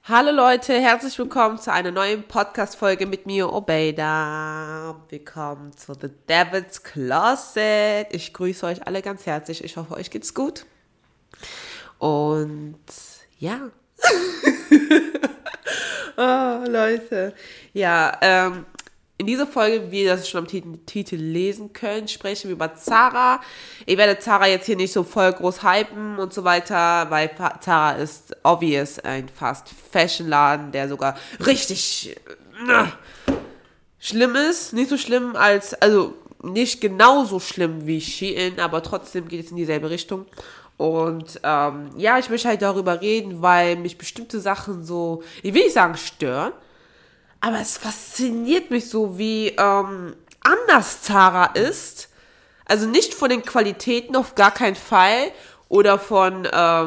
Hallo Leute, herzlich willkommen zu einer neuen Podcast-Folge mit mir, Obeida. Willkommen zu The Devil's Closet. Ich grüße euch alle ganz herzlich. Ich hoffe, euch geht's gut. Und ja. Oh, Leute. Ja, in dieser Folge, wie ihr das schon am Titel lesen könnt, sprechen wir über Zara. Ich werde Zara jetzt hier nicht so voll groß hypen und so weiter, weil Zara ist obvious ein Fast-Fashion-Laden, der sogar richtig schlimm ist. Nicht so schlimm also nicht genauso schlimm wie Shein, aber trotzdem geht es in dieselbe Richtung. Und ja, ich möchte halt darüber reden, weil mich bestimmte Sachen so, ich will nicht sagen stören, aber es fasziniert mich so, wie anders Zara ist. Also nicht von den Qualitäten auf gar keinen Fall. Oder von,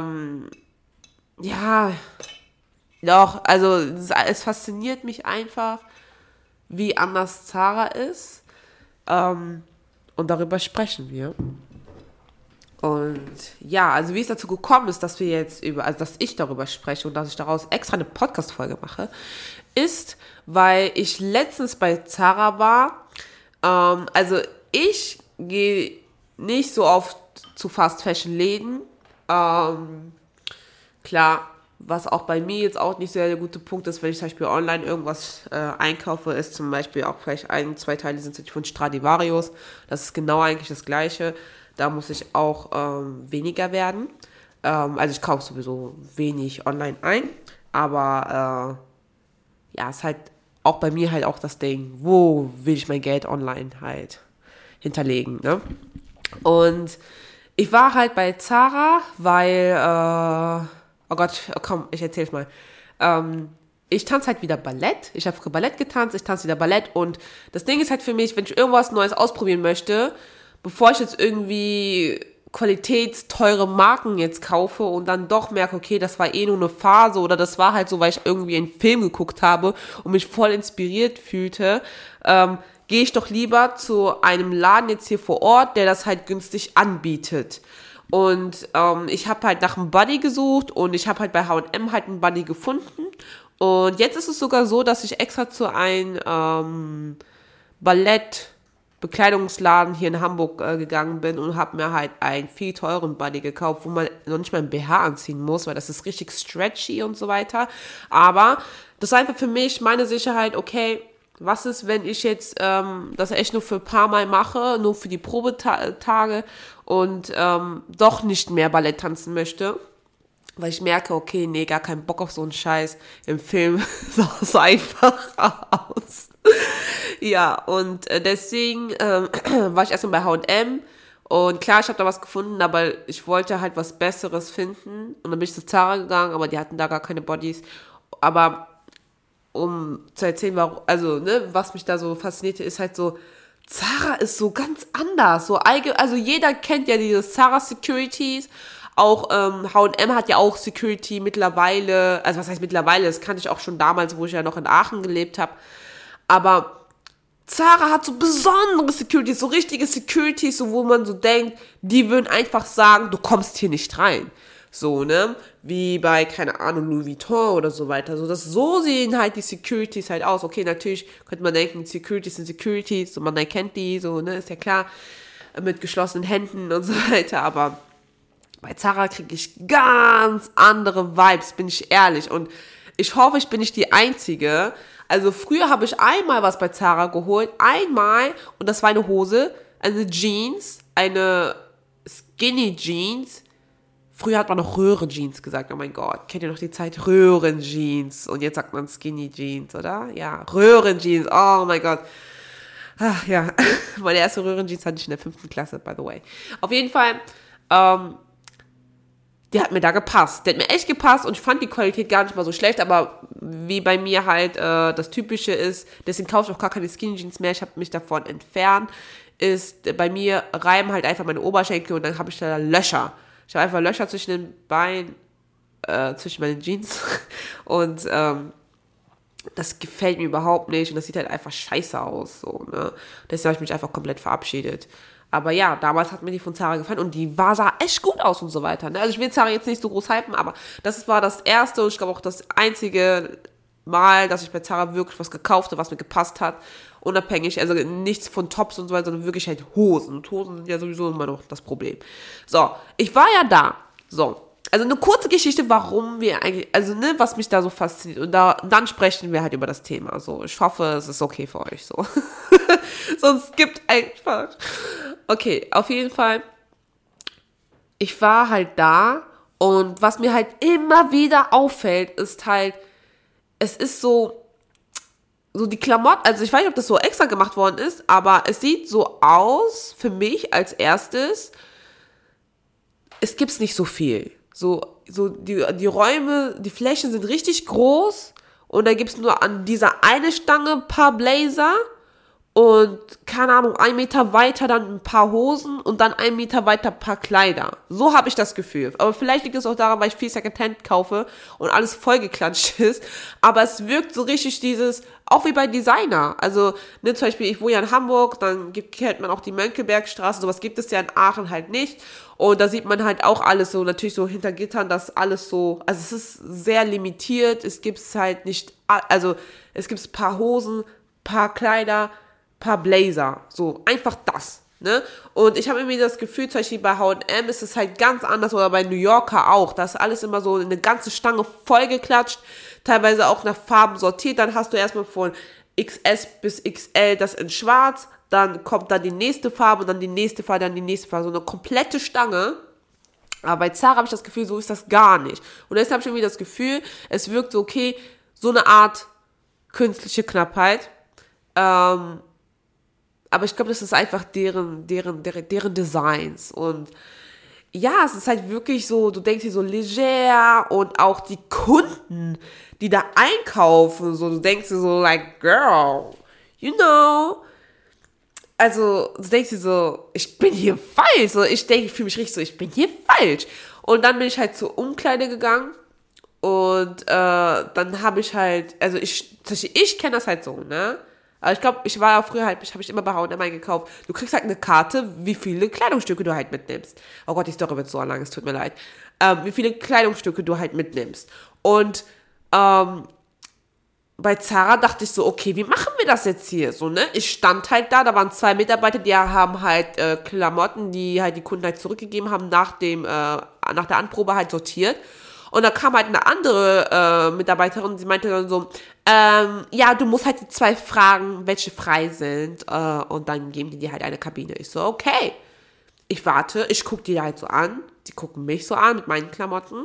ja, doch, also es fasziniert mich einfach, wie anders Zara ist. Und darüber sprechen wir. Und ja, also wie es dazu gekommen ist, dass wir jetzt also dass ich darüber spreche und dass ich daraus extra eine Podcast-Folge mache, ist, weil ich letztens bei Zara war. Also ich gehe nicht so oft zu Fast-Fashion-Läden. Klar, was auch bei mir jetzt auch nicht sehr der gute Punkt ist, wenn ich zum Beispiel online irgendwas einkaufe, ist zum Beispiel auch vielleicht zwei Teile sind von Stradivarius. Das ist genau eigentlich das Gleiche. Da muss ich auch weniger werden. Also ich kaufe sowieso wenig online ein. Aber ja, ist halt auch bei mir halt auch das Ding, wo will ich mein Geld online halt hinterlegen, ne? Und ich war halt bei Zara, weil, oh Gott, komm, ich erzähl's mal. Ich tanze halt wieder Ballett. Ich habe früher Ballett getanzt, ich tanze wieder Ballett. Und das Ding ist halt für mich, wenn ich irgendwas Neues ausprobieren möchte, bevor ich jetzt irgendwie qualitätsteure Marken jetzt kaufe und dann doch merke, okay, das war eh nur eine Phase oder das war halt so, weil ich irgendwie einen Film geguckt habe und mich voll inspiriert fühlte, gehe ich doch lieber zu einem Laden jetzt hier vor Ort, der das halt günstig anbietet. Und ich habe halt nach einem Buddy gesucht und ich habe halt bei H&M halt einen Buddy gefunden. Und jetzt ist es sogar so, dass ich extra zu einem Bekleidungsladen hier in Hamburg gegangen bin und habe mir halt einen viel teuren Buddy gekauft, wo man noch nicht mal ein BH anziehen muss, weil das ist richtig stretchy und so weiter. Aber das ist einfach für mich meine Sicherheit, okay, was ist, wenn ich jetzt das echt nur für ein paar Mal mache, nur für die Probetage und doch nicht mehr Ballett tanzen möchte? Weil ich merke, okay, nee, gar keinen Bock auf so einen Scheiß. Im Film sah es einfach aus. Ja, und deswegen war ich erstmal bei H&M und klar, ich habe da was gefunden, aber ich wollte halt was Besseres finden und dann bin ich zu Zara gegangen, aber die hatten da gar keine Bodies. Aber um zu erzählen, warum, also, ne, was mich da so faszinierte, ist halt so, Zara ist so ganz anders. Also jeder kennt ja diese Zara Securities. Auch H&M hat ja auch Security mittlerweile. Also was heißt mittlerweile? Das kannte ich auch schon damals, wo ich ja noch in Aachen gelebt habe. Aber Zara hat so besondere Securities, so richtige Securities, so wo man so denkt, die würden einfach sagen, du kommst hier nicht rein. So, ne? Wie bei, keine Ahnung, Louis Vuitton oder so weiter. So sehen halt die Securities halt aus. Okay, natürlich könnte man denken, Securities sind Securities, so man erkennt die, so, ne, ist ja klar, mit geschlossenen Händen und so weiter, aber bei Zara kriege ich ganz andere Vibes, bin ich ehrlich. Und ich hoffe, ich bin nicht die Einzige. Also früher habe ich einmal was bei Zara geholt, einmal, und das war eine Hose, eine Jeans, eine Skinny Jeans. Früher hat man noch Röhrenjeans gesagt, oh mein Gott, kennt ihr noch die Zeit? Röhrenjeans. Und jetzt sagt man Skinny Jeans, oder? Ja, Röhrenjeans, oh mein Gott. Ach, ja, meine erste Röhrenjeans hatte ich in der 5. Klasse, by the way. Auf jeden Fall, die hat mir da gepasst. Der hat mir echt gepasst und ich fand die Qualität gar nicht mal so schlecht, aber wie bei mir halt das Typische ist, deswegen kaufe ich auch gar keine Skinny Jeans mehr, ich habe mich davon entfernt, ist bei mir reiben halt einfach meine Oberschenkel und dann habe ich da Löcher. Ich habe einfach Löcher zwischen den Beinen, zwischen meinen Jeans und das gefällt mir überhaupt nicht und das sieht halt einfach scheiße aus, so, ne. Deswegen habe ich mich einfach komplett verabschiedet. Aber ja, damals hat mir die von Zara gefallen und sah echt gut aus und so weiter. Ne? Also ich will Zara jetzt nicht so groß hypen, aber das war das erste und ich glaube auch das einzige Mal, dass ich bei Zara wirklich was gekauft habe, was mir gepasst hat. Unabhängig, also nichts von Tops und so weiter, sondern wirklich halt Hosen. Und Hosen sind ja sowieso immer noch das Problem. So, ich war ja da. So, also eine kurze Geschichte, warum wir eigentlich, also ne, was mich da so fasziniert. Und dann sprechen wir halt über das Thema. So, ich hoffe, es ist okay für euch so. Sonst gibt einfach. Okay, auf jeden Fall. Ich war halt da und was mir halt immer wieder auffällt, ist halt, es ist so die Klamotten, also ich weiß nicht, ob das so extra gemacht worden ist, aber es sieht so aus, für mich als erstes, es gibt's nicht so viel. So die Räume, die Flächen sind richtig groß und da gibt's nur an dieser eine Stange ein paar Blazer und, keine Ahnung, 1 Meter weiter dann ein paar Hosen und dann 1 Meter weiter ein paar Kleider. So habe ich das Gefühl. Aber vielleicht liegt es auch daran, weil ich viel Secondhand kaufe und alles vollgeklatscht ist. Aber es wirkt so richtig auch wie bei Designer. Also, ne, zum Beispiel, ich wohne ja in Hamburg, dann kennt man auch die Mönckebergstraße, sowas gibt es ja in Aachen halt nicht. Und da sieht man halt auch alles so, natürlich so hinter Gittern, das alles so, also es ist sehr limitiert, es gibt halt nicht, also es gibt ein paar Hosen, paar Kleider, paar Blazer, so, einfach das, ne, und ich habe irgendwie das Gefühl, zum Beispiel bei H&M ist es halt ganz anders, oder bei New Yorker auch, da ist alles immer so eine ganze Stange vollgeklatscht, teilweise auch nach Farben sortiert, dann hast du erstmal von XS bis XL das in schwarz, dann kommt dann die nächste Farbe, und dann die nächste Farbe, dann die nächste Farbe, so eine komplette Stange. Aber bei Zara habe ich das Gefühl, so ist das gar nicht. Und deshalb habe ich irgendwie das Gefühl, es wirkt so, okay, so eine Art künstliche Knappheit. Aber ich glaube, das ist einfach deren Designs. Und ja, es ist halt wirklich so, du denkst dir so leger und auch die Kunden, die da einkaufen, so, du denkst dir so, like, girl, you know, also, du denkst dir so, ich bin hier falsch, so, ich fühle mich richtig so, ich bin hier falsch. Und dann bin ich halt zur Umkleide gegangen und dann habe ich halt, also ich kenne das halt so, ne? Aber ich glaube, ich war ja früher halt, habe ich immer bei H&M eingekauft. Du kriegst halt eine Karte, wie viele Kleidungsstücke du halt mitnimmst. Oh Gott, die Story wird so lang, es tut mir leid. Wie viele Kleidungsstücke du halt mitnimmst. Und bei Zara dachte ich so, okay, wie machen wir das jetzt hier? So, ne? Ich stand halt da waren 2 Mitarbeiter, die haben halt Klamotten, die halt die Kunden halt zurückgegeben haben, nach der Anprobe halt sortiert. Und da kam halt eine andere Mitarbeiterin, die meinte dann so, ja, du musst halt die 2 fragen, welche frei sind, und dann geben die dir halt eine Kabine. Ich so, okay. Ich warte, ich gucke die halt so an, die gucken mich so an mit meinen Klamotten.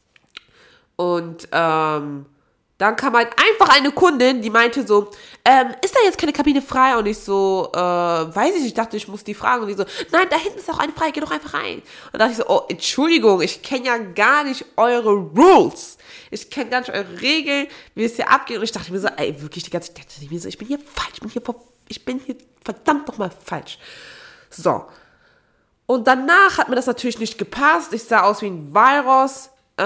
Und dann kam halt einfach eine Kundin, die meinte so, ist da jetzt keine Kabine frei? Und ich so, weiß ich dachte, ich muss die fragen. Und die so, nein, da hinten ist auch eine frei, geh doch einfach rein. Und da dachte ich so, oh, Entschuldigung, ich kenne ja gar nicht eure Rules. Ich kenne gar nicht eure Regeln, wie es hier abgeht. Und ich dachte mir so, ey, wirklich die ganze Zeit, ich bin hier falsch, ich bin hier verdammt nochmal falsch. So. Und danach hat mir das natürlich nicht gepasst. Ich sah aus wie ein Walross.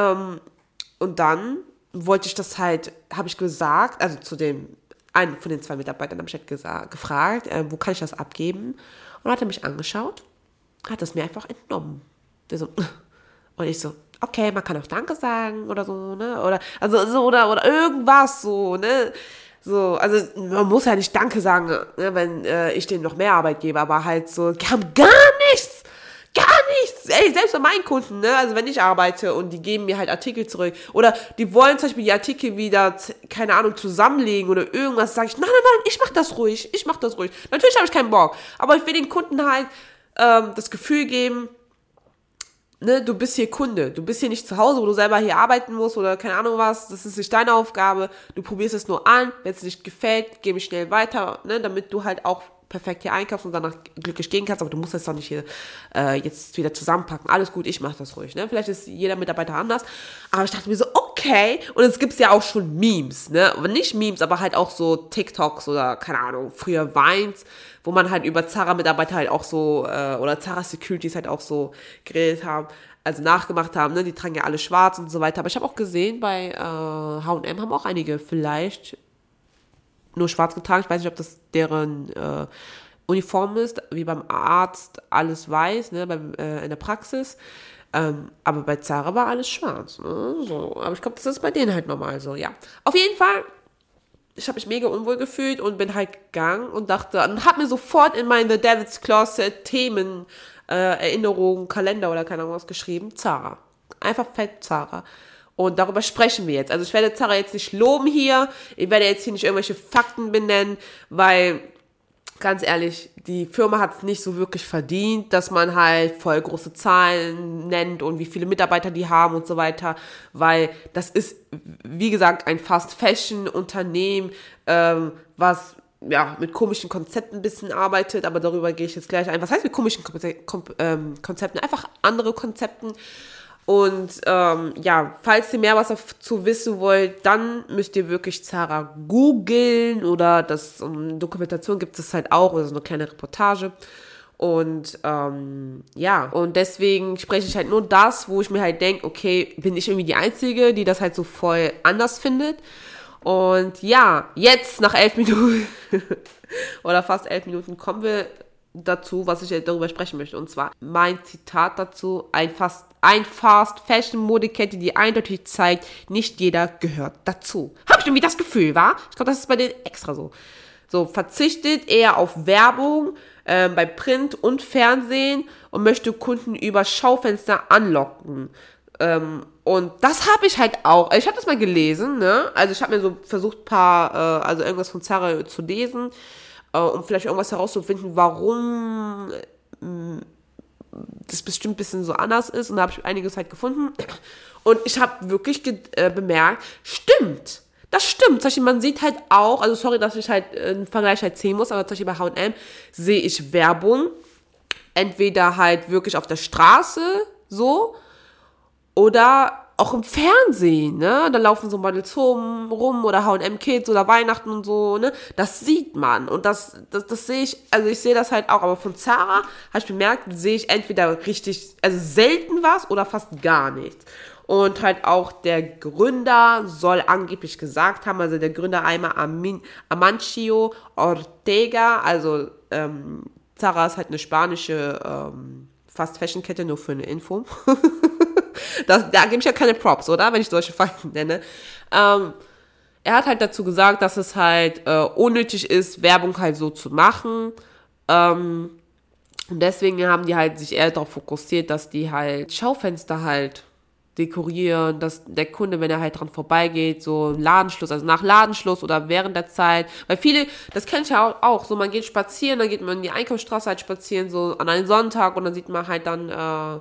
Und dann wollte ich das halt, habe ich gesagt, also zu einen von den 2 Mitarbeitern habe ich halt gefragt, wo kann ich das abgeben? Und dann hat er mich angeschaut, hat es mir einfach entnommen. Der so, und ich so, okay, man kann auch Danke sagen oder so, ne? Oder, also so, oder irgendwas so, ne? So, also man muss ja nicht Danke sagen, ne, wenn ich denen noch mehr Arbeit gebe, aber halt so, die haben gar nichts. Gar nichts. Ey, selbst bei meinen Kunden, ne, also wenn ich arbeite und die geben mir halt Artikel zurück oder die wollen zum Beispiel die Artikel wieder, keine Ahnung, zusammenlegen oder irgendwas, sage ich, nein, ich mach das ruhig. Natürlich habe ich keinen Bock, aber ich will den Kunden halt das Gefühl geben, ne, du bist hier Kunde, du bist hier nicht zu Hause, wo du selber hier arbeiten musst oder keine Ahnung was, das ist nicht deine Aufgabe, du probierst es nur an, wenn es nicht gefällt, gebe ich schnell weiter, ne, damit du halt auch perfekt hier einkaufst und danach glücklich gehen kannst, aber du musst das doch nicht hier jetzt wieder zusammenpacken. Alles gut, ich mache das ruhig, ne? Vielleicht ist jeder Mitarbeiter anders, aber ich dachte mir so, okay, und es gibt's ja auch schon Memes, ne? Aber nicht Memes, aber halt auch so TikToks oder, keine Ahnung, früher Vines, wo man halt über Zara-Mitarbeiter halt auch so, oder Zara-Securities halt auch so geredet haben, also nachgemacht haben, ne? Die tragen ja alle schwarz und so weiter, aber ich habe auch gesehen, bei H&M haben auch einige vielleicht nur schwarz getragen. Ich weiß nicht, ob das deren Uniform ist, wie beim Arzt alles weiß, ne, in der Praxis. Aber bei Zara war alles schwarz. Ne? So. Aber ich glaube, das ist bei denen halt normal so, ja. Auf jeden Fall, ich habe mich mega unwohl gefühlt und bin halt gegangen und habe mir sofort in mein The Devil's Closet Themen, Erinnerungen, Kalender oder keine Ahnung was geschrieben. Zara. Einfach fett Zara. Und darüber sprechen wir jetzt. Also ich werde Zara jetzt nicht loben hier. Ich werde jetzt hier nicht irgendwelche Fakten benennen, weil, ganz ehrlich, die Firma hat es nicht so wirklich verdient, dass man halt voll große Zahlen nennt und wie viele Mitarbeiter die haben und so weiter, weil das ist, wie gesagt, ein Fast-Fashion-Unternehmen, was ja mit komischen Konzepten ein bisschen arbeitet, aber darüber gehe ich jetzt gleich ein. Was heißt mit komischen Konzepten? Einfach andere Konzepten. Und ja, falls ihr mehr was dazu wissen wollt, dann müsst ihr wirklich Zara googeln oder Dokumentation gibt es halt auch oder so eine kleine Reportage. Und ja, und deswegen spreche ich halt nur das, wo ich mir halt denke, okay, bin ich irgendwie die Einzige, die das halt so voll anders findet. Und ja, jetzt nach 11 Minuten oder fast 11 Minuten kommen wir dazu, was ich darüber sprechen möchte. Und zwar mein Zitat dazu, ein Fast-Fashion-Modekette, die eindeutig zeigt, nicht jeder gehört dazu. Habe ich irgendwie das Gefühl, wa? Ich glaube, das ist bei denen extra so. So, verzichtet eher auf Werbung bei Print und Fernsehen und möchte Kunden über Schaufenster anlocken. Und das habe ich halt auch. Ich habe das mal gelesen, ne? Also ich habe mir so versucht, also irgendwas von Zara zu lesen, um vielleicht irgendwas herauszufinden, warum das bestimmt ein bisschen so anders ist. Und da habe ich einiges halt gefunden. Und ich habe wirklich bemerkt, stimmt. Das stimmt. Zum Beispiel, man sieht halt auch, also sorry, dass ich halt einen Vergleich halt ziehen muss, aber zum Beispiel bei H&M sehe ich Werbung. Entweder halt wirklich auf der Straße, so, oder auch im Fernsehen, ne? Da laufen so Models rum oder H&M Kids oder Weihnachten und so, ne? Das sieht man. Und das sehe ich, also ich sehe das halt auch. Aber von Zara habe ich bemerkt, sehe ich entweder richtig, also selten was oder fast gar nichts. Und halt auch der Gründer soll angeblich gesagt haben, also der Gründer einmal Amancio Ortega, also Zara ist halt eine spanische Fast-Fashion-Kette, nur für eine Info. Da gebe ich ja keine Props, oder? Wenn ich solche Fakten nenne. Er hat halt dazu gesagt, dass es halt unnötig ist, Werbung halt so zu machen. Und deswegen haben die halt sich eher darauf fokussiert, dass die halt Schaufenster halt dekorieren, dass der Kunde, wenn er halt dran vorbeigeht, so Ladenschluss, also nach Ladenschluss oder während der Zeit, weil viele, das kennt ich ja auch, so man geht spazieren, dann geht man in die Einkaufsstraße halt spazieren, so an einem Sonntag und dann sieht man halt dann,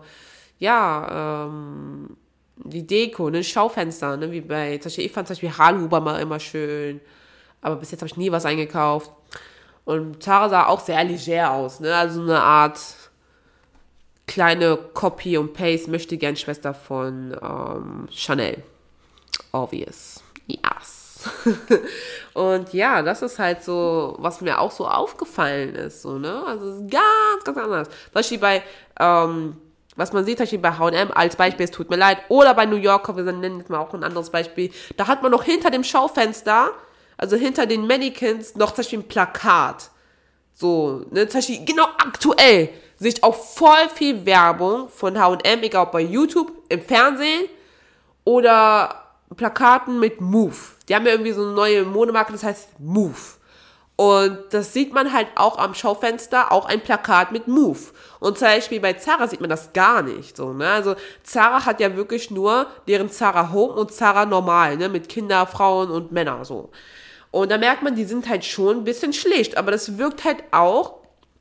die Deko, ne, Schaufenster, ne, wie bei, zum Beispiel, ich fand zum Beispiel Haarhuber mal immer schön, aber bis jetzt habe ich nie was eingekauft. Und Zara sah auch sehr leger aus, ne, also eine Art kleine Copy und Paste, möchte gern Schwester von Chanel. Obvious. Yes. Und ja, das ist halt so, was mir auch so aufgefallen ist, so, ne, also ganz, ganz anders. Zum Beispiel bei, was man sieht, zum Beispiel bei H&M als Beispiel, es tut mir leid, oder bei New Yorker, wir nennen jetzt mal auch ein anderes Beispiel, da hat man noch hinter dem Schaufenster, also hinter den Mannequins, noch zum Beispiel ein Plakat. So, ne, zum Beispiel, genau aktuell sehe ich auch voll viel Werbung von H&M, egal ob bei YouTube, im Fernsehen oder Plakaten mit Move. Die haben ja irgendwie so eine neue Modemarke, das heißt Move. Und das sieht man halt auch am Schaufenster, auch ein Plakat mit Move. Und zum Beispiel bei Zara sieht man das gar nicht, so, ne? Also Zara hat ja wirklich nur deren Zara Home und Zara Normal, ne? Mit Kinder, Frauen und Männer, so. Und da merkt man, die sind halt schon ein bisschen schlicht, aber das wirkt halt auch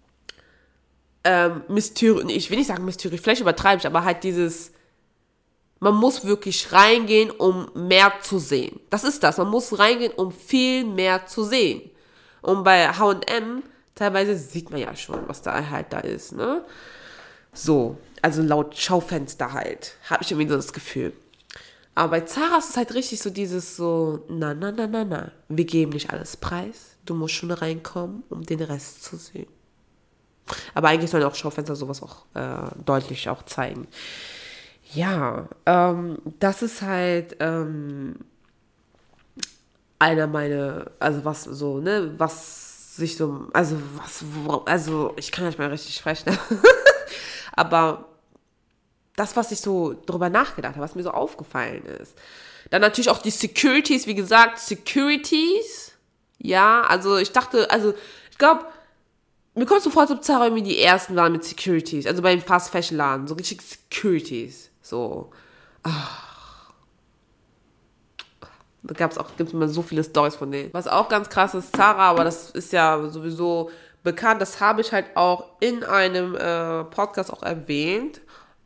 mysteriös, ich will nicht sagen mysteriös, vielleicht übertreibe ich, aber halt dieses, man muss wirklich reingehen, um mehr zu sehen. Das ist das, man muss reingehen, um viel mehr zu sehen. Und bei H&M teilweise sieht man ja schon, was da halt da ist, ne? So, also laut Schaufenster halt, habe ich irgendwie so das Gefühl. Aber bei Zara ist es halt richtig so dieses so, na, wir geben nicht alles preis, du musst schon reinkommen, um den Rest zu sehen. Aber eigentlich sollen auch Schaufenster sowas auch deutlich auch zeigen. Ja, das ist halt einer meiner, also was so, ne, was sich so, also also ich kann nicht mal richtig sprechen, aber das, was ich so drüber nachgedacht habe, was mir so aufgefallen ist. Dann natürlich auch die Securities, wie gesagt, Securities, ja, also ich dachte, also ich glaube, mir kommt so vor, als ob Zara irgendwie die ersten waren mit Securities, also beim Fast Fashion Laden, so richtig Securities, so. Da gibt's immer so viele Storys von denen. Was auch ganz krass ist, Zara, aber das ist ja sowieso bekannt, das habe ich halt auch in einem Podcast auch erwähnt.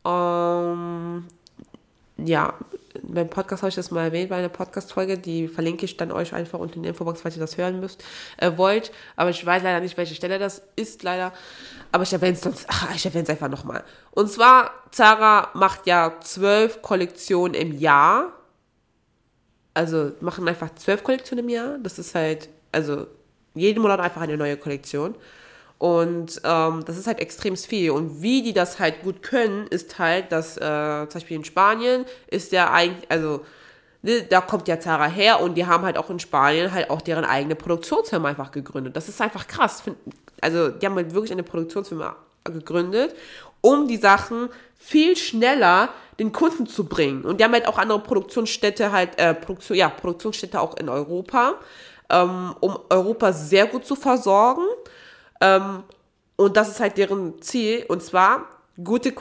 Ja, beim Podcast habe ich das mal erwähnt, bei einer Podcast-Folge, die verlinke ich dann euch einfach unten in der Infobox, falls ihr das hören wollt. Aber ich weiß leider nicht, welche Stelle das ist, leider. Aber ich erwähne es einfach nochmal. Und zwar, Zara macht ja 12 Kollektionen im Jahr. Also machen einfach 12 Kollektionen im Jahr. Das ist halt, also jeden Monat einfach eine neue Kollektion. Und das ist halt extrem viel. Und wie die das halt gut können, ist halt, dass zum Beispiel in Spanien ist ja eigentlich, also ne, da kommt ja Zara her und die haben halt auch in Spanien halt auch deren eigene Produktionsfirma einfach gegründet. Das ist einfach krass. Also die haben halt wirklich eine Produktionsfirma gegründet, um die Sachen viel schneller den Kunden zu bringen. Und die haben halt auch andere Produktionsstätte halt, Produktionsstätte auch in Europa, um Europa sehr gut zu versorgen. Und das ist halt deren Ziel, und zwar gute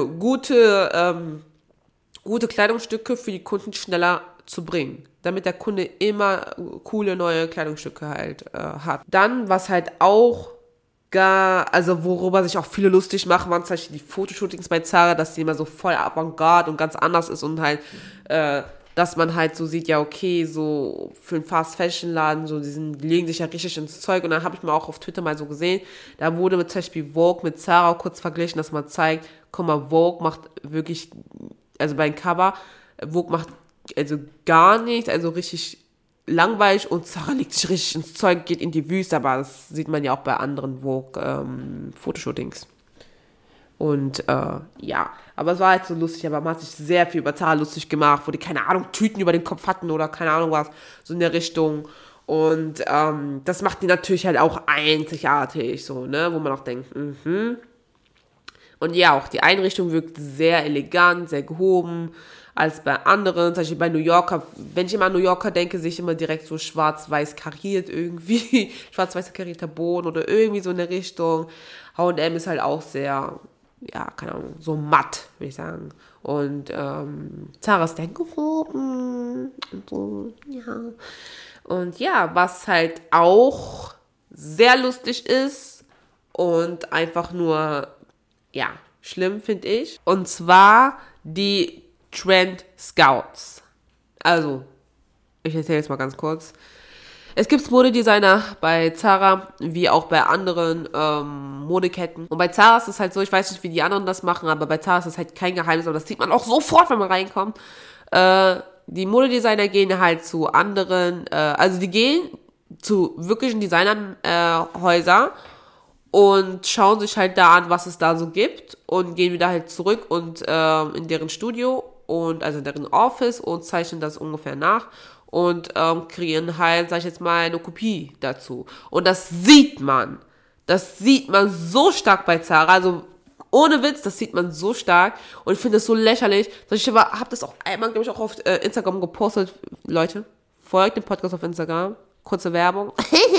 Kleidungsstücke für die Kunden schneller zu bringen, damit der Kunde immer coole neue Kleidungsstücke halt hat. Dann, was halt auch also worüber sich auch viele lustig machen, waren zum Beispiel die Fotoshootings bei Zara, dass die immer so voll avantgarde und ganz anders ist und halt, dass man halt so sieht, ja okay, so für einen Fast-Fashion-Laden, so die legen sich ja richtig ins Zeug. Und dann habe ich mal auch auf Twitter mal so gesehen, da wurde mit zum Beispiel Vogue mit Zara kurz verglichen, dass man zeigt, guck mal, Vogue macht wirklich, also beim Cover, Vogue macht also gar nichts, also richtig langweilig, und Zara legt sich richtig ins Zeug, geht in die Wüste, aber das sieht man ja auch bei anderen Vogue Fotoshootings. Und ja, aber es war halt so lustig, aber man hat sich sehr viel über Zara lustig gemacht, wo die, keine Ahnung, Tüten über den Kopf hatten oder keine Ahnung was, so in der Richtung. Und das macht die natürlich halt auch einzigartig, so, ne, wo man auch denkt, Und ja, auch die Einrichtung wirkt sehr elegant, sehr gehoben, als bei anderen, zum Beispiel bei New Yorker. Wenn ich immer an New Yorker denke, sehe ich immer direkt so schwarz-weiß kariert irgendwie, schwarz-weiß karierter Boden oder irgendwie so in der Richtung. H&M ist halt auch sehr, ja, keine Ahnung, so matt, würde ich sagen. Und Zara ist sehr gehoben und so, ja. Und ja, was halt auch sehr lustig ist und einfach nur, ja, schlimm, finde ich. Und zwar die Trend Scouts. Also, ich erzähle jetzt mal ganz kurz. Es gibt Modedesigner bei Zara, wie auch bei anderen Modeketten. Und bei Zara ist es halt so, ich weiß nicht, wie die anderen das machen, aber bei Zara ist es halt kein Geheimnis, aber das sieht man auch sofort, wenn man reinkommt. Die Modedesigner gehen halt zu anderen, also die gehen zu wirklichen Designern und schauen sich halt da an, was es da so gibt, und gehen wieder halt zurück und in deren Studio und also in deren Office und zeichnen das ungefähr nach und kreieren halt, sag ich jetzt mal, eine Kopie dazu. Und das sieht man so stark bei Zara, also ohne Witz, das sieht man so stark, und ich finde das so lächerlich. Ich habe das auch einmal, glaube ich, auch auf Instagram gepostet. Leute, folgt dem Podcast auf Instagram. Kurze Werbung.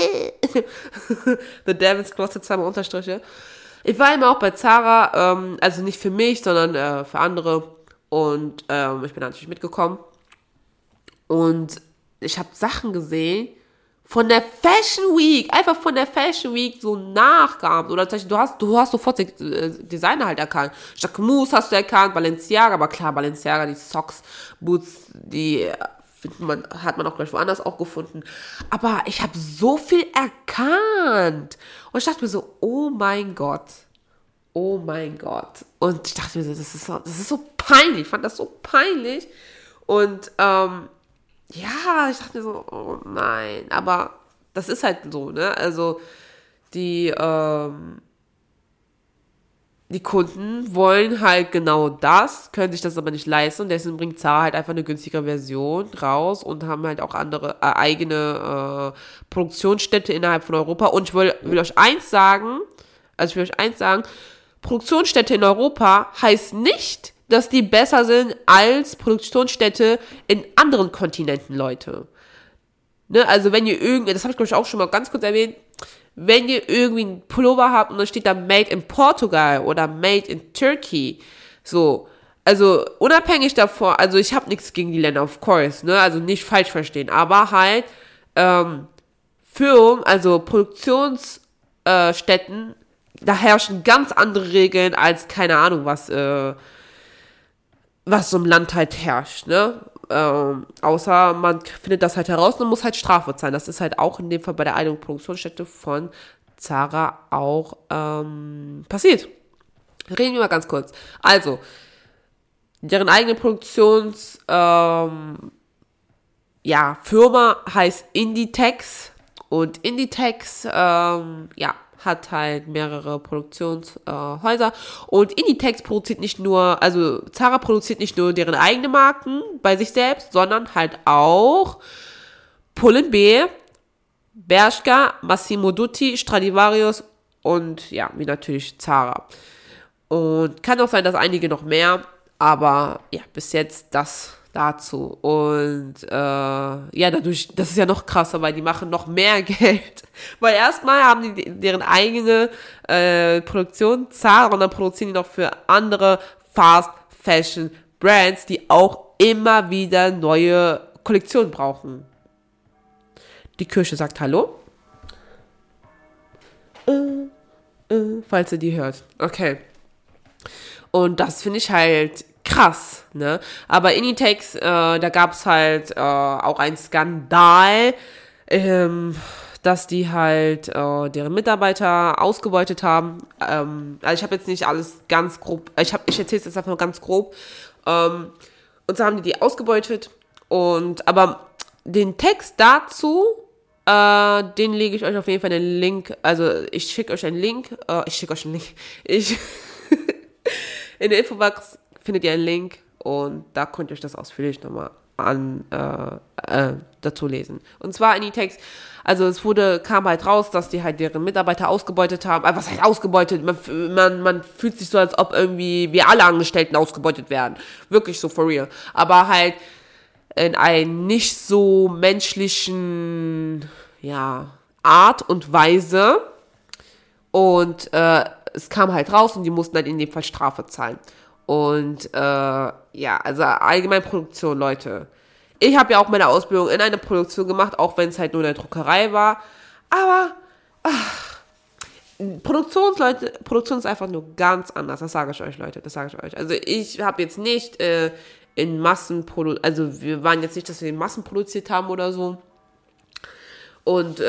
The Devil's Closet, 2 Unterstriche. Ich war immer auch bei Zara, also nicht für mich, sondern für andere. Und ich bin natürlich mitgekommen. Und ich habe Sachen gesehen von der Fashion Week, einfach von der Fashion Week so nachgeahmt. Oder du hast sofort Designer halt erkannt. Jacques Mus hast du erkannt, Balenciaga, aber klar, Balenciaga, die Socks, Boots, die hat man auch gleich woanders auch gefunden. Aber ich habe so viel erkannt. Und ich dachte mir so, oh mein Gott. Oh mein Gott. Und ich dachte mir so, das ist so peinlich. Ich fand das so peinlich. Und ja, ich dachte mir so, oh nein. Aber das ist halt so, ne? Also die die Kunden wollen halt genau das, können sich das aber nicht leisten und deswegen bringt Zara halt einfach eine günstigere Version raus und haben halt auch andere eigene Produktionsstätte innerhalb von Europa. Und will euch eins sagen, Produktionsstätte in Europa heißt nicht, dass die besser sind als Produktionsstätte in anderen Kontinenten, Leute. Ne, also wenn ihr das habe ich glaube ich auch schon mal ganz kurz erwähnt, wenn ihr irgendwie einen Pullover habt und dann steht da Made in Portugal oder Made in Turkey, so, also unabhängig davon, also ich habe nichts gegen die Länder, of course, ne, also nicht falsch verstehen, aber halt Firmen, also Produktionsstätten, da herrschen ganz andere Regeln als, keine Ahnung, was so im Land halt herrscht, ne? Außer man findet das halt heraus und muss halt Strafe zahlen. Das ist halt auch in dem Fall bei der eigenen Produktionsstätte von Zara auch passiert. Reden wir mal ganz kurz. Also, deren eigene Firma heißt Inditex und Inditex, hat halt mehrere Produktionshäuser und Inditex produziert Zara produziert nicht nur deren eigenen Marken bei sich selbst, sondern halt auch Pull&B, Bershka, Massimo Dutti, Stradivarius und ja, wie natürlich Zara. Und kann auch sein, dass einige noch mehr, aber ja, bis jetzt das dazu. Und dadurch, das ist ja noch krasser, weil die machen noch mehr Geld. Weil erstmal haben die deren eigene Produktion, Zara, und dann produzieren die noch für andere Fast Fashion Brands, die auch immer wieder neue Kollektionen brauchen. Die Kirche sagt Hallo. Falls ihr die hört. Okay. Und das finde ich halt krass, ne? Aber Inditex, da gab es halt auch einen Skandal, dass die halt deren Mitarbeiter ausgebeutet haben. Also ich habe jetzt nicht alles ganz grob, ich erzähle es jetzt einfach nur ganz grob. Und so haben die ausgebeutet. Aber den Text dazu, den lege ich euch auf jeden Fall in den Link. Also ich schicke euch einen Link. In der Infobox findet ihr einen Link und da könnt ihr euch das ausführlich nochmal dazu lesen. Und zwar Inditex, also kam halt raus, dass die halt deren Mitarbeiter ausgebeutet haben. Was heißt ausgebeutet? Man fühlt sich so, als ob irgendwie wir alle Angestellten ausgebeutet werden. Wirklich so for real. Aber halt in einem nicht so menschlichen, Art und Weise. Und es kam halt raus und die mussten halt in dem Fall Strafe zahlen. Und also allgemein Produktion, Leute. Ich habe ja auch meine Ausbildung in einer Produktion gemacht, auch wenn es halt nur in der Druckerei war. Aber Produktion ist einfach nur ganz anders. Das sage ich euch, Leute. Also ich habe jetzt nicht in Massen produziert, also wir waren jetzt nicht, dass wir in Massen produziert haben oder so. Und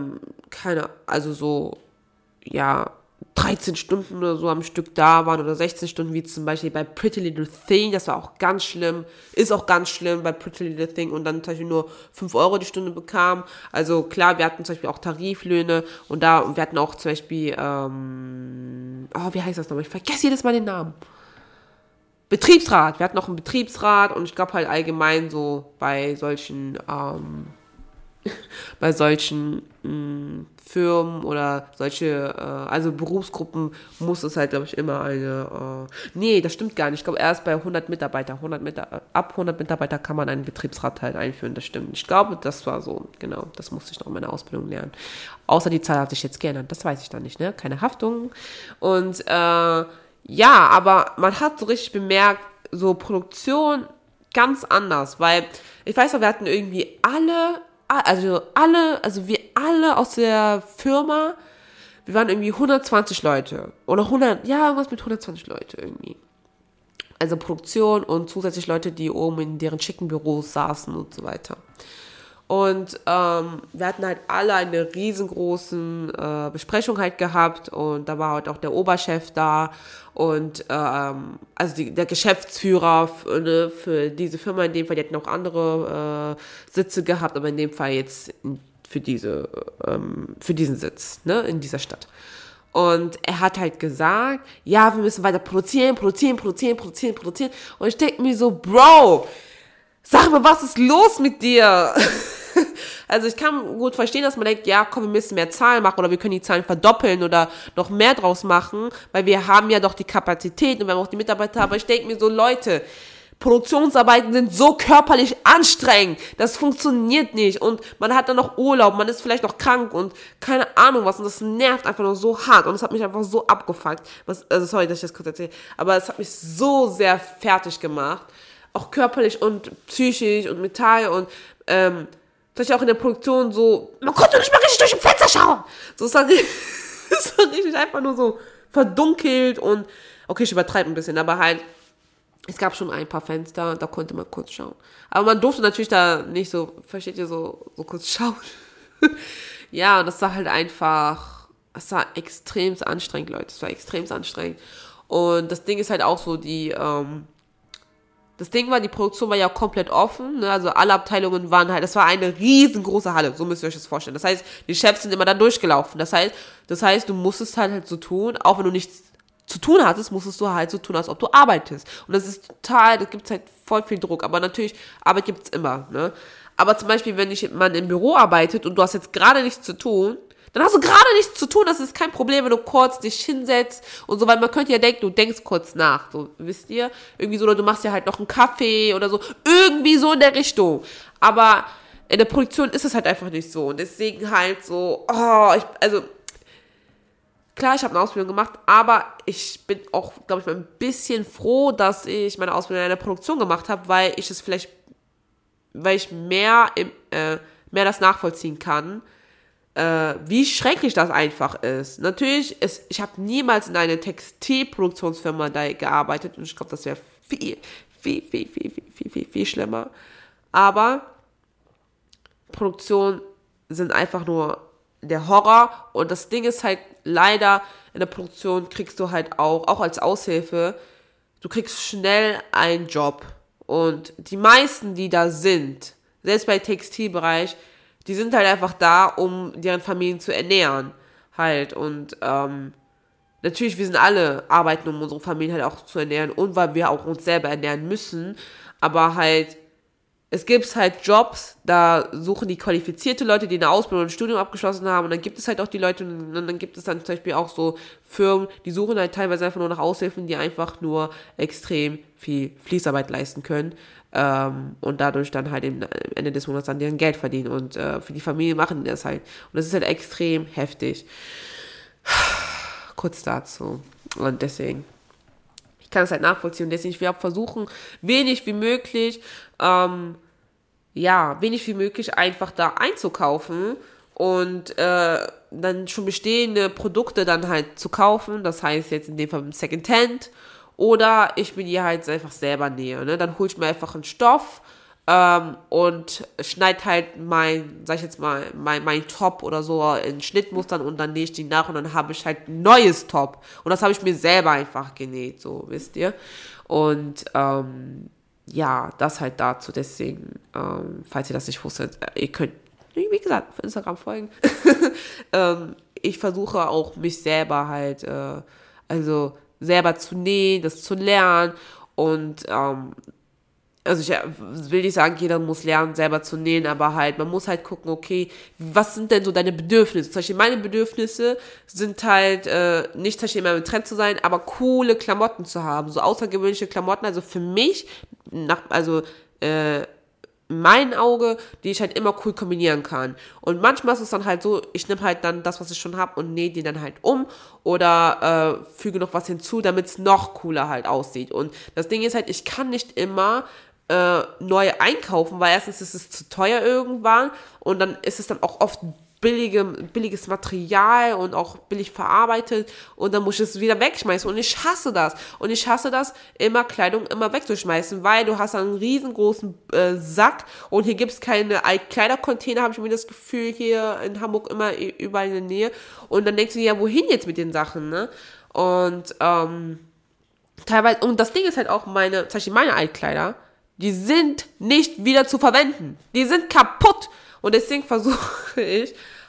13 Stunden oder so am Stück da waren oder 16 Stunden, wie zum Beispiel bei Pretty Little Thing, das war auch ganz schlimm, ist auch ganz schlimm bei Pretty Little Thing und dann zum Beispiel nur 5 Euro die Stunde bekam. Also klar, wir hatten zum Beispiel auch Tariflöhne und wir hatten auch zum Beispiel, wie heißt das nochmal? Ich vergesse jedes Mal den Namen. Betriebsrat, wir hatten noch einen Betriebsrat und ich glaube halt allgemein so bei solchen Firmen oder also Berufsgruppen muss es halt, glaube ich, immer nee, das stimmt gar nicht. Ich glaube, erst bei 100 Mitarbeiter, ab 100 Mitarbeiter kann man einen Betriebsrat halt einführen, das stimmt. Ich glaube, das war so, genau, das musste ich noch in meiner Ausbildung lernen. Außer die Zahl hat sich jetzt geändert, das weiß ich dann nicht, ne? Keine Haftung. Und, aber man hat so richtig bemerkt, so Produktion ganz anders, weil ich weiß noch, wir hatten irgendwie wir alle aus der Firma, wir waren irgendwie 120 Leute oder irgendwas mit 120 Leute irgendwie. Also Produktion und zusätzlich Leute, die oben in deren schicken Büros saßen und so weiter. Und wir hatten halt alle eine riesengroßen Besprechung halt gehabt und da war halt auch der Oberchef da und der Geschäftsführer für diese Firma in dem Fall, die hatten auch andere Sitze gehabt, aber in dem Fall jetzt für diesen Sitz, ne, in dieser Stadt. Und er hat halt gesagt, ja, wir müssen weiter produzieren. Und ich denke mir so, Bro, sag mal, was ist los mit dir? Also ich kann gut verstehen, dass man denkt, ja, komm, wir müssen mehr Zahlen machen oder wir können die Zahlen verdoppeln oder noch mehr draus machen, weil wir haben ja doch die Kapazität und wir haben auch die Mitarbeiter. Aber ich denke mir so, Leute, Produktionsarbeiten sind so körperlich anstrengend. Das funktioniert nicht. Und man hat dann noch Urlaub, man ist vielleicht noch krank und keine Ahnung was. Und das nervt einfach nur so hart. Und es hat mich einfach so abgefuckt. Also sorry, dass ich das kurz erzähle. Aber es hat mich so sehr fertig gemacht. Auch körperlich und psychisch und mental. Und vielleicht auch in der Produktion so, man konnte nicht mal richtig durch den Fenster schauen. So, es war richtig einfach nur so verdunkelt. Und okay, ich übertreibe ein bisschen, aber halt, es gab schon ein paar Fenster, da konnte man kurz schauen. Aber man durfte natürlich da nicht so, versteht ihr, so kurz schauen. Ja, und das war halt einfach, es war extrem anstrengend, Leute. Es war extrem anstrengend. Und das Ding ist halt auch so, das Ding war, die Produktion war ja komplett offen, ne? Also alle Abteilungen waren halt, das war eine riesengroße Halle, so müsst ihr euch das vorstellen. Das heißt, die Chefs sind immer da durchgelaufen. Das heißt, du musstest halt so tun, auch wenn du nichts zu tun hattest, musstest du halt so tun, als ob du arbeitest. Und das ist da gibt's halt voll viel Druck. Aber natürlich, Arbeit gibt's immer, ne? Aber zum Beispiel, wenn man im Büro arbeitet und du hast jetzt gerade nichts zu tun, dann hast du gerade nichts zu tun, das ist kein Problem, wenn du kurz dich hinsetzt und so, weil man könnte ja denken, du denkst kurz nach, so, wisst ihr? Irgendwie so, oder du machst ja halt noch einen Kaffee oder so, irgendwie so in der Richtung. Aber in der Produktion ist es halt einfach nicht so. Und deswegen halt so, klar, ich habe eine Ausbildung gemacht, aber ich bin auch, glaube ich, mal ein bisschen froh, dass ich meine Ausbildung in der Produktion gemacht habe, weil ich mehr das nachvollziehen kann, wie schrecklich das einfach ist. Natürlich, ich habe niemals in einer Textilproduktionsfirma da gearbeitet und ich glaube, das wäre viel schlimmer. Aber Produktion sind einfach nur der Horror und das Ding ist halt leider, in der Produktion kriegst du halt auch als Aushilfe, du kriegst schnell einen Job und die meisten, die da sind, selbst bei Textilbereich, die sind halt einfach da, um deren Familien zu ernähren halt und natürlich, wir sind alle arbeiten, um unsere Familien halt auch zu ernähren und weil wir auch uns selber ernähren müssen, aber halt es gibt halt Jobs, da suchen die qualifizierte Leute, die eine Ausbildung und ein Studium abgeschlossen haben und dann gibt es halt auch die Leute und dann gibt es dann zum Beispiel auch so Firmen, die suchen halt teilweise einfach nur nach Aushilfen, die einfach nur extrem viel Fließarbeit leisten können und dadurch dann halt am Ende des Monats dann deren Geld verdienen und für die Familie machen die das halt und das ist halt extrem heftig. Kurz dazu und deswegen ich kann es halt nachvollziehen und deswegen ich will auch versuchen, wenig wie möglich einfach da einzukaufen und dann schon bestehende Produkte dann halt zu kaufen, das heißt jetzt in dem Fall Secondhand oder ich mir die halt einfach selber nähe, ne? Dann hole ich mir einfach einen Stoff und schneide halt mein Top oder so in Schnittmustern und dann nähe ich die nach und dann habe ich halt ein neues Top und das habe ich mir selber einfach genäht, so wisst ihr und ja, das halt dazu, deswegen, falls ihr das nicht wusstet, ihr könnt, wie gesagt, auf Instagram folgen. Ich versuche auch, mich selber halt, selber zu nähen, das zu lernen und, also ich will nicht sagen, jeder muss lernen, selber zu nähen, aber halt, man muss halt gucken, okay, was sind denn so deine Bedürfnisse? Zum Beispiel meine Bedürfnisse sind halt, nicht zum Beispiel immer im Trend zu sein, aber coole Klamotten zu haben, so außergewöhnliche Klamotten, also für mich, in meinem Auge, die ich halt immer cool kombinieren kann. Und manchmal ist es dann halt so, ich nehme halt dann das, was ich schon habe und nähe die dann halt um oder füge noch was hinzu, damit es noch cooler halt aussieht. Und das Ding ist halt, ich kann nicht immer neu einkaufen, weil erstens ist es zu teuer irgendwann und dann ist es dann auch oft billiges Material und auch billig verarbeitet und dann muss ich es wieder wegschmeißen und ich hasse das. Und ich hasse das, immer Kleidung immer wegzuschmeißen, weil du hast einen riesengroßen Sack und hier gibt es keine Kleidercontainer, habe ich mir das Gefühl, hier in Hamburg immer überall in der Nähe und dann denkst du dir, ja, wohin jetzt mit den Sachen, ne? Und teilweise, und das Ding ist halt auch zum Beispiel meine Altkleider, die sind nicht wieder zu verwenden. Die sind kaputt. Und deswegen versuche ich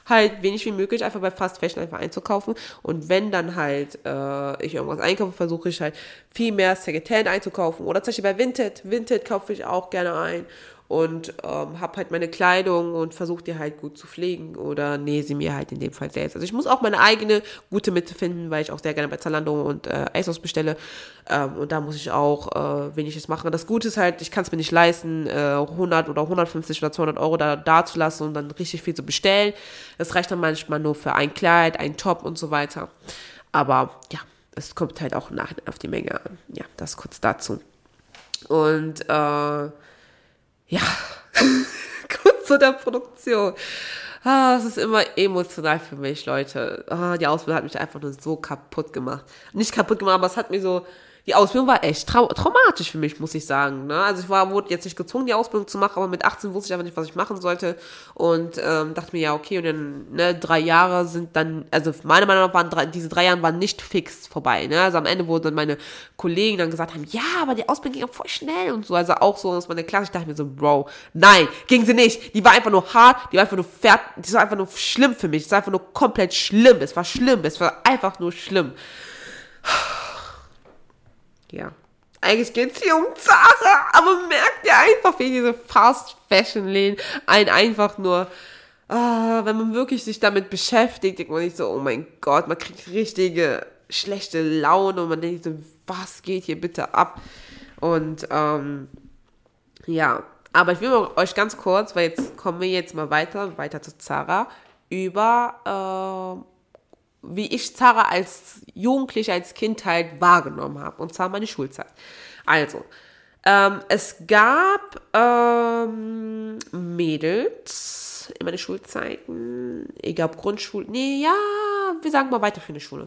halt wenig wie möglich einfach bei Fast Fashion einfach einzukaufen. Und wenn dann halt ich irgendwas einkaufe, versuche ich halt viel mehr Secondhand einzukaufen. Oder zum Beispiel bei Vinted. Vinted kaufe ich auch gerne ein. Und habe halt meine Kleidung und versuche die halt gut zu pflegen oder nähe sie mir halt in dem Fall selbst. Also ich muss auch meine eigene gute Mitte finden, weil ich auch sehr gerne bei Zalando und ASOS bestelle. Und da muss ich auch weniges machen. Das Gute ist halt, ich kann es mir nicht leisten, 100 oder 150 oder 200 Euro da zu lassen und dann richtig viel zu bestellen. Das reicht dann manchmal nur für ein Kleid, ein Top und so weiter. Aber ja, es kommt halt auch nachher auf die Menge an. Ja, das kurz dazu. Und ja, kurz zu der Produktion. Es ist immer emotional für mich, Leute. Die Ausbildung hat mich einfach nur so kaputt gemacht. Nicht kaputt gemacht, aber es hat mir so, die Ausbildung war echt traumatisch für mich, muss ich sagen. Ne? Also wurde jetzt nicht gezwungen, die Ausbildung zu machen, aber mit 18 wusste ich einfach nicht, was ich machen sollte. Und dachte mir, ja, okay, und dann 3 Jahre sind dann, also meiner Meinung nach waren diese 3 Jahre waren nicht fix vorbei. Ne? Also am Ende, wo dann meine Kollegen dann gesagt haben, ja, aber die Ausbildung ging ja voll schnell und so. Also auch so aus meiner Klasse, ich dachte mir so, Bro, nein, ging sie nicht. Die war einfach nur hart, die war einfach nur die war einfach nur schlimm für mich. Es war einfach nur komplett schlimm. Es war schlimm, es war einfach nur schlimm. Ja, eigentlich geht es hier um Zara, aber merkt ihr einfach, wie diese Fast-Fashion-Läden einen einfach nur, wenn man wirklich sich damit beschäftigt, denkt man nicht so, oh mein Gott, man kriegt richtige schlechte Laune und man denkt so, was geht hier bitte ab? Und ja, aber ich will euch ganz kurz, weil jetzt kommen wir jetzt mal weiter zu Zara, über wie ich Zara als Jugendliche, als Kind halt wahrgenommen habe. Und zwar meine Schulzeit. Also, es gab Mädels in meiner Schulzeiten, egal ob Grundschule, wir sagen mal weiterführende Schule.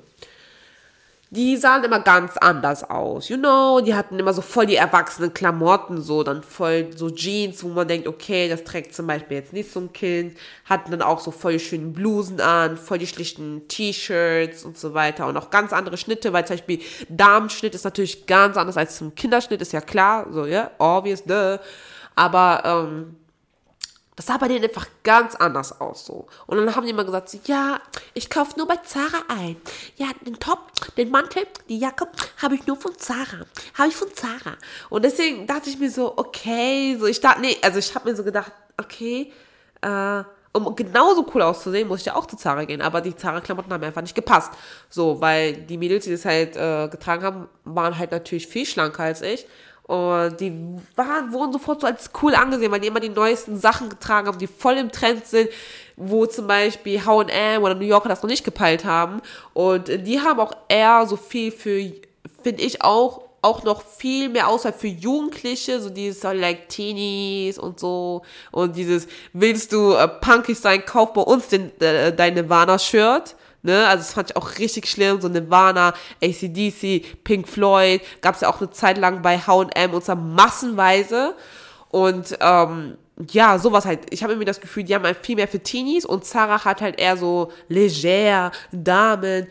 Die sahen immer ganz anders aus, die hatten immer so voll die erwachsenen Klamotten, so dann voll so Jeans, wo man denkt, okay, das trägt zum Beispiel jetzt nicht so ein Kind, hatten dann auch so voll die schönen Blusen an, voll die schlichten T-Shirts und so weiter und auch ganz andere Schnitte, weil zum Beispiel Damenschnitt ist natürlich ganz anders als zum Kinderschnitt, ist ja klar, so, ja, obvious, duh, aber, das sah bei denen einfach ganz anders aus, so. Und dann haben die immer gesagt, so, ja, ich kaufe nur bei Zara ein. Ja, den Top, den Mantel, die Jacke habe ich nur von Zara. Habe ich von Zara. Und deswegen dachte ich mir so, okay, so, ich habe mir so gedacht, okay, um genauso cool auszusehen, muss ich ja auch zu Zara gehen. Aber die Zara-Klamotten haben mir einfach nicht gepasst. So, weil die Mädels, die das halt getragen haben, waren halt natürlich viel schlanker als ich. Und die wurden sofort so als cool angesehen, weil die immer die neuesten Sachen getragen haben, die voll im Trend sind, wo zum Beispiel H&M oder New Yorker das noch nicht gepeilt haben. Und die haben auch eher so viel für, finde ich auch noch viel mehr Auswahl für Jugendliche, so dieses so like Teenies und so. Und dieses, willst du punkig sein, kauf bei uns dein Nirvana-Shirt. Ne, also das fand ich auch richtig schlimm, so Nirvana, AC/DC, Pink Floyd, gab's ja auch eine Zeit lang bei H&M und zwar massenweise und ja, sowas halt, ich habe irgendwie das Gefühl, die haben halt viel mehr für Teenies und Zara hat halt eher so leger, Damen,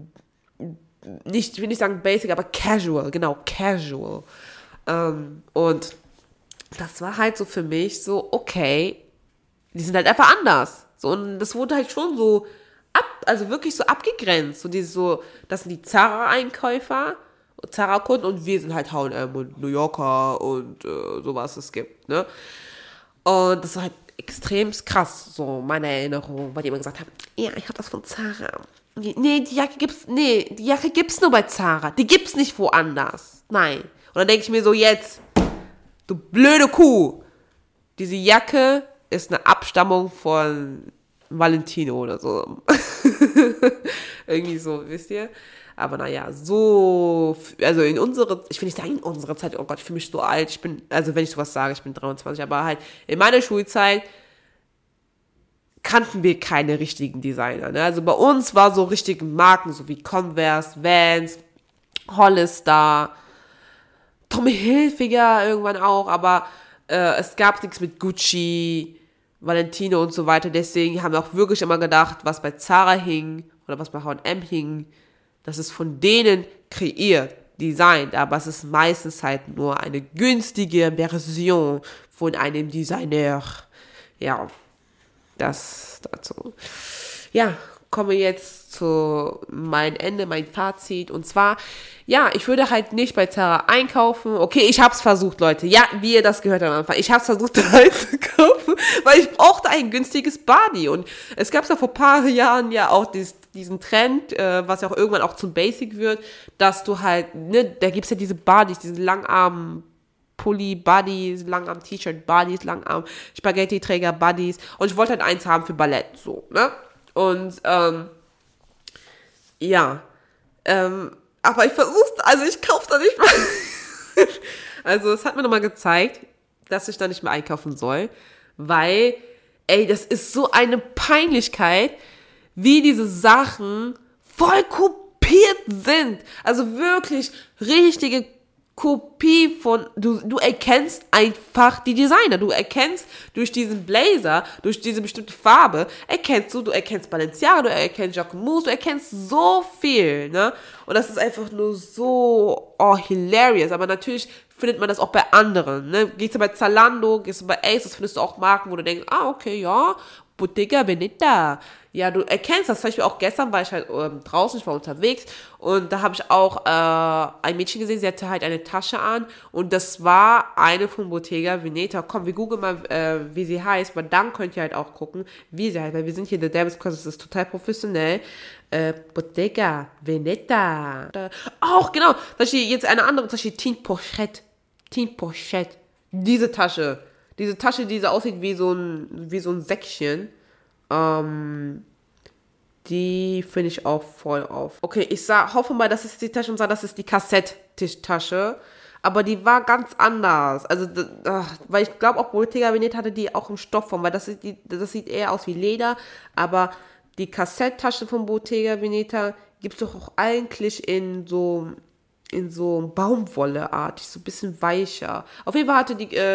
ich will nicht sagen basic, aber casual, genau, casual und das war halt so für mich so, okay, die sind halt einfach anders, so und das wurde halt schon so also wirklich so abgegrenzt. So, das sind die Zara-Einkäufer, Zara-Kunden und wir sind halt H&M und New Yorker und sowas es gibt, ne? Und das war halt extrem krass, so meine Erinnerung, weil die immer gesagt haben, ja, ich hab das von Zara. Nee, die Jacke gibt's nur bei Zara. Die gibt's nicht woanders. Nein. Und dann denke ich mir so, jetzt, du blöde Kuh, diese Jacke ist eine Abstammung von Valentino oder so. Irgendwie so, wisst ihr? Aber naja, so, also ich will nicht sagen in unserer Zeit, oh Gott, ich fühle mich so alt, also wenn ich sowas sage, ich bin 23, aber halt in meiner Schulzeit kannten wir keine richtigen Designer, ne? Also bei uns war so richtige Marken, so wie Converse, Vans, Hollister, Tommy Hilfiger irgendwann auch, aber es gab nichts mit Gucci, Valentino und so weiter, deswegen haben wir auch wirklich immer gedacht, was bei Zara hing oder was bei H&M hing, das ist von denen kreiert, designt, aber es ist meistens halt nur eine günstige Version von einem Designer. Ja. Das dazu. Ja, komme jetzt zu mein Ende, mein Fazit. Und zwar, ja, ich würde halt nicht bei Zara einkaufen. Okay, ich hab's versucht, Leute. Ja, wie ihr das gehört habt am Anfang. Ich hab's versucht, da einzukaufen, weil ich brauchte ein günstiges Body. Und es gab ja vor ein paar Jahren ja auch diesen Trend, was ja auch irgendwann auch zum Basic wird, dass du halt, ne, da gibt's ja diese Bodies, diese langarmen Pulli-Buddies, Langarm-T-Shirt-Buddies, Langarm-Spaghetti-Träger-Buddies. Und ich wollte halt eins haben für Ballett, so, ne? Und, ja, aber ich versuch's, also ich kauf's da nicht mehr. Also es hat mir nochmal gezeigt, dass ich da nicht mehr einkaufen soll, weil, ey, das ist so eine Peinlichkeit, wie diese Sachen voll kopiert sind. Also wirklich richtige Kopie von, du erkennst einfach die Designer, du erkennst durch diesen Blazer, durch diese bestimmte Farbe, du erkennst Balenciaga, du erkennst Jacquemus, du erkennst so viel, ne? Und das ist einfach nur so, hilarious, aber natürlich findet man das auch bei anderen, ne? Gehst du bei Zalando, gehst du bei Asos, findest du auch Marken, wo du denkst, okay, ja, Bottega Veneta. Ja, du erkennst das. Zum Beispiel auch gestern war ich halt draußen, ich war unterwegs und da habe ich auch ein Mädchen gesehen, sie hatte halt eine Tasche an und das war eine von Bottega Veneta. Komm, wir googeln mal, wie sie heißt, weil dann könnt ihr halt auch gucken, wie sie heißt, weil wir sind hier in der Davis Kurs, das ist total professionell. Bottega Veneta. Auch, genau. Zum Beispiel jetzt eine andere, zum Beispiel Teen Pochette. Diese Tasche, die so aussieht wie so ein Säckchen. Die finde ich auch voll auf. Okay, ich hoffe mal, das ist die Tasche und das ist die Kassetttischtasche. Aber die war ganz anders. Also, weil ich glaube auch Bottega Veneta hatte die auch im Stoffform, weil das sieht eher aus wie Leder. Aber die Kassetttasche von Bottega Veneta gibt es doch auch eigentlich in so Baumwolleartig, so ein bisschen weicher. Auf jeden Fall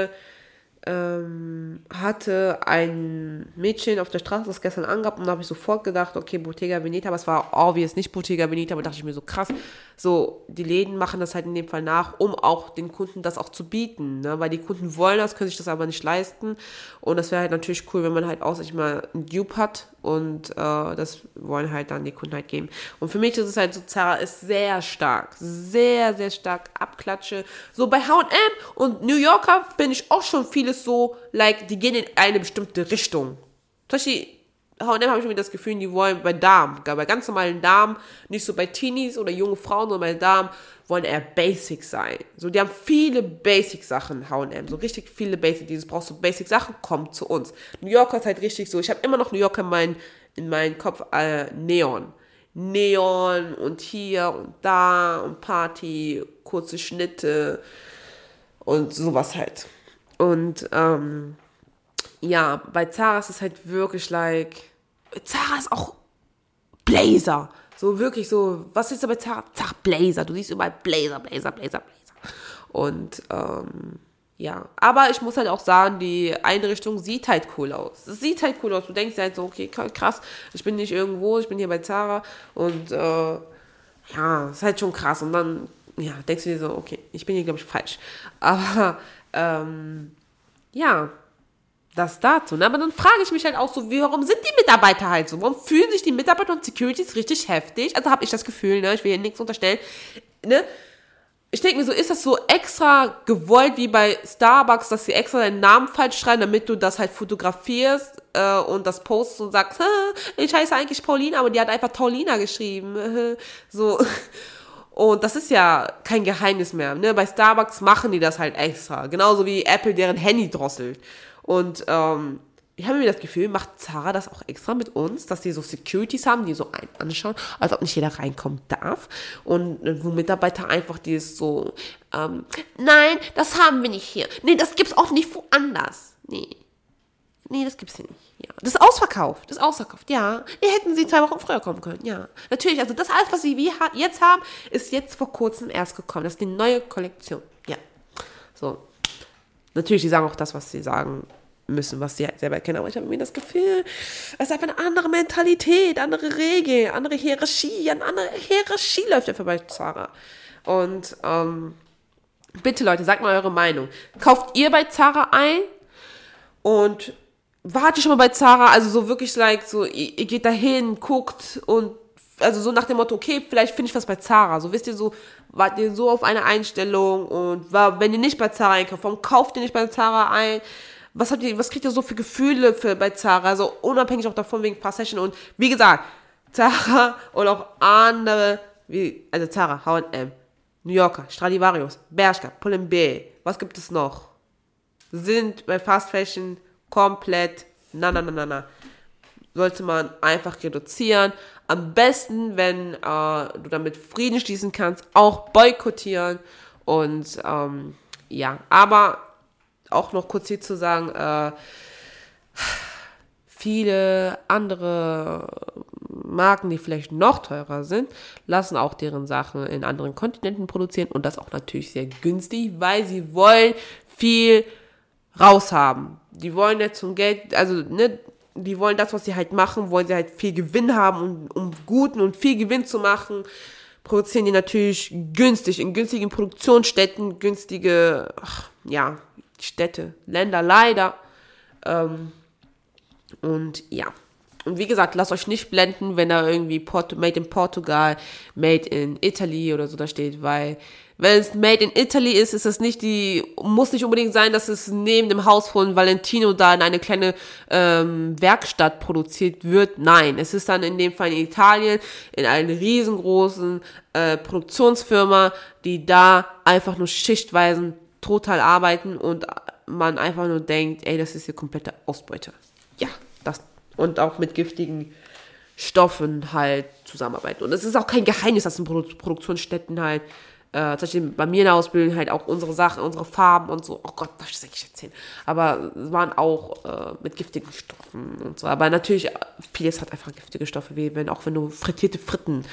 hatte ein Mädchen auf der Straße das gestern angehabt und da habe ich sofort gedacht, okay, Bottega Veneta, aber es war obvious nicht Bottega Veneta, aber dachte ich mir so krass, so, die Läden machen das halt in dem Fall nach, um auch den Kunden das auch zu bieten, ne, weil die Kunden wollen das, können sich das aber nicht leisten und das wäre halt natürlich cool, wenn man halt auch, sag ich mal, einen Dupe hat und das wollen halt dann die Kunden halt geben. Und für mich ist es halt so, Zara ist sehr stark, sehr, sehr stark Abklatsche. So bei H&M und New Yorker finde ich auch schon vieles so, like, die gehen in eine bestimmte Richtung. Zum Beispiel H&M habe ich mir das Gefühl, die wollen bei Damen, bei ganz normalen Damen, nicht so bei Teenies oder junge Frauen, sondern bei Damen, wollen eher basic sein. So, die haben viele Basic-Sachen, H&M, so richtig viele Basic, brauchst du Basic-Sachen, komm zu uns. New Yorker ist halt richtig so, ich habe immer noch New Yorker in meinem Kopf, Neon und hier und da und Party, kurze Schnitte und sowas halt. Und, ja, bei Zara ist es halt wirklich like, Zara ist auch Blazer. So wirklich so, was ist da bei Zara? Zara Blazer. Du siehst überall Blazer. Und, ja. Aber ich muss halt auch sagen, die Einrichtung sieht halt cool aus. Es sieht halt cool aus. Du denkst halt so, okay, krass, ich bin nicht irgendwo, ich bin hier bei Zara. Und, ja, ist halt schon krass. Und dann, ja, denkst du dir so, okay, ich bin hier, glaube ich, falsch. Aber, ja, das dazu. Ne? Aber dann frage ich mich halt auch so, warum sind die Mitarbeiter halt so? Warum fühlen sich die Mitarbeiter und Securities richtig heftig? Also habe ich das Gefühl, ne? Ich will hier nichts unterstellen. Ne? Ich denke mir so, ist das so extra gewollt wie bei Starbucks, dass sie extra deinen Namen falsch schreiben, damit du das halt fotografierst und das postest und sagst, ich heiße eigentlich Paulina, aber die hat einfach Paulina geschrieben. So. Und das ist ja kein Geheimnis mehr. Ne? Bei Starbucks machen die das halt extra. Genauso wie Apple deren Handy drosselt. Und ich habe mir das Gefühl, macht Zara das auch extra mit uns, dass die so Securities haben, die so einen anschauen, als ob nicht jeder reinkommen darf. Und wo Mitarbeiter einfach die ist so, nein, das haben wir nicht hier. Nee, das gibt's auch nicht woanders. Nee, das gibt's hier nicht. Ja. Das ist ausverkauft. Ja. Die hätten sie 2 Wochen früher kommen können. Ja. Natürlich, also das alles, was sie jetzt haben, ist jetzt vor kurzem erst gekommen. Das ist die neue Kollektion. Ja. So. Natürlich, die sagen auch das, was sie sagen müssen, was sie halt selber kennen. Aber ich habe mir das Gefühl, es ist einfach eine andere Mentalität, andere Regeln, andere Hierarchie. Eine andere Hierarchie läuft ja bei Zara. Und bitte Leute, sagt mal eure Meinung. Kauft ihr bei Zara ein? Und wart ihr schon mal bei Zara? Also so wirklich like, so ihr geht dahin, guckt und also so nach dem Motto, okay, vielleicht finde ich was bei Zara. So wisst ihr so, wart ihr so auf eine Einstellung und wenn ihr nicht bei Zara einkauft, warum kauft ihr nicht bei Zara ein? Was kriegt ihr so für Gefühle bei Zara? Also unabhängig auch davon wegen Fast Fashion und wie gesagt, Zara und auch andere, also Zara, H&M, New Yorker, Stradivarius, Bershka, Pull&Bear, was gibt es noch? Sind bei Fast Fashion komplett, na. Sollte man einfach reduzieren. Am besten, wenn du damit Frieden schließen kannst, auch boykottieren. Und ja, aber auch noch kurz hier zu sagen, viele andere Marken, die vielleicht noch teurer sind, lassen auch deren Sachen in anderen Kontinenten produzieren und das auch natürlich sehr günstig, weil sie wollen viel raushaben. Die wollen jetzt zum Geld, also ne, die wollen das, was sie halt machen, wollen sie halt viel Gewinn haben und um guten und viel Gewinn zu machen, produzieren die natürlich günstig, in günstigen Produktionsstätten, günstige, Städte, Länder leider. Und ja. Und wie gesagt, lasst euch nicht blenden, wenn da irgendwie Made in Portugal, Made in Italy oder so da steht, weil wenn es Made in Italy ist, ist es muss nicht unbedingt sein, dass es neben dem Haus von Valentino da in eine kleine Werkstatt produziert wird. Nein, es ist dann in dem Fall in Italien, in einer riesengroßen Produktionsfirma, die da einfach nur schichtweise total arbeiten und man einfach nur denkt, ey, das ist hier komplette Ausbeute. Ja, das und auch mit giftigen Stoffen halt zusammenarbeiten. Und es ist auch kein Geheimnis, dass in Produktionsstätten halt, zum Beispiel bei mir in der Ausbildung halt auch unsere Sachen, unsere Farben und so, oh Gott, darf ich das eigentlich erzählen? Aber es waren auch mit giftigen Stoffen und so. Aber natürlich, vieles hat einfach giftige Stoffe, wie wenn du frittierte Fritten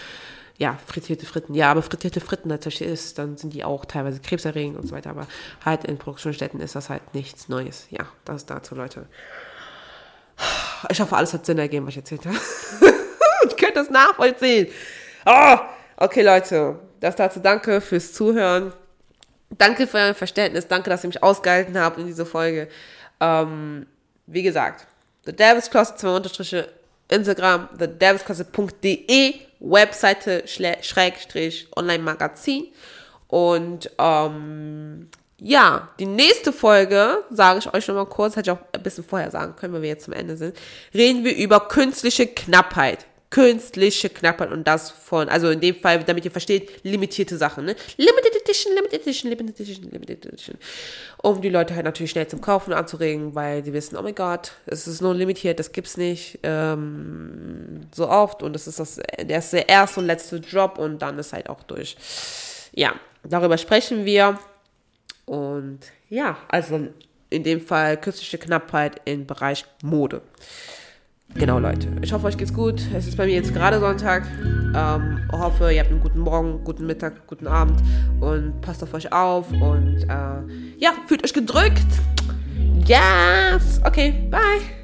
natürlich ist, dann sind die auch teilweise krebserregend und so weiter. Aber halt in Produktionsstätten ist das halt nichts Neues. Ja, das ist dazu, Leute. Ich hoffe, alles hat Sinn ergeben, was ich erzählt habe. Ich könnte das nachvollziehen. Oh, okay, Leute. Das dazu. Danke fürs Zuhören. Danke für euer Verständnis. Danke, dass ihr mich ausgehalten habt in dieser Folge. Wie gesagt, The Devil's Closet, 2 Unterstriche, Instagram, thedevilscloset.de, Webseite / Online-Magazin. Und ja, die nächste Folge, sage ich euch nochmal kurz, hätte ich auch ein bisschen vorher sagen können, wenn wir jetzt zum Ende sind, reden wir über künstliche Knappheit. Künstliche Knappheit und das also in dem Fall, damit ihr versteht, limitierte Sachen, ne? Limited Edition. Um die Leute halt natürlich schnell zum Kaufen anzuregen, weil sie wissen, oh mein Gott, es ist nur limitiert, das gibt's nicht so oft und das ist der erste und letzte Drop und dann ist halt auch durch. Ja, darüber sprechen wir. Und ja, also in dem Fall künstliche Knappheit im Bereich Mode. Genau, Leute. Ich hoffe, euch geht's gut. Es ist bei mir jetzt gerade Sonntag. Hoffe, ihr habt einen guten Morgen, guten Mittag, guten Abend und passt auf euch auf und ja, fühlt euch gedrückt. Yes! Okay, bye!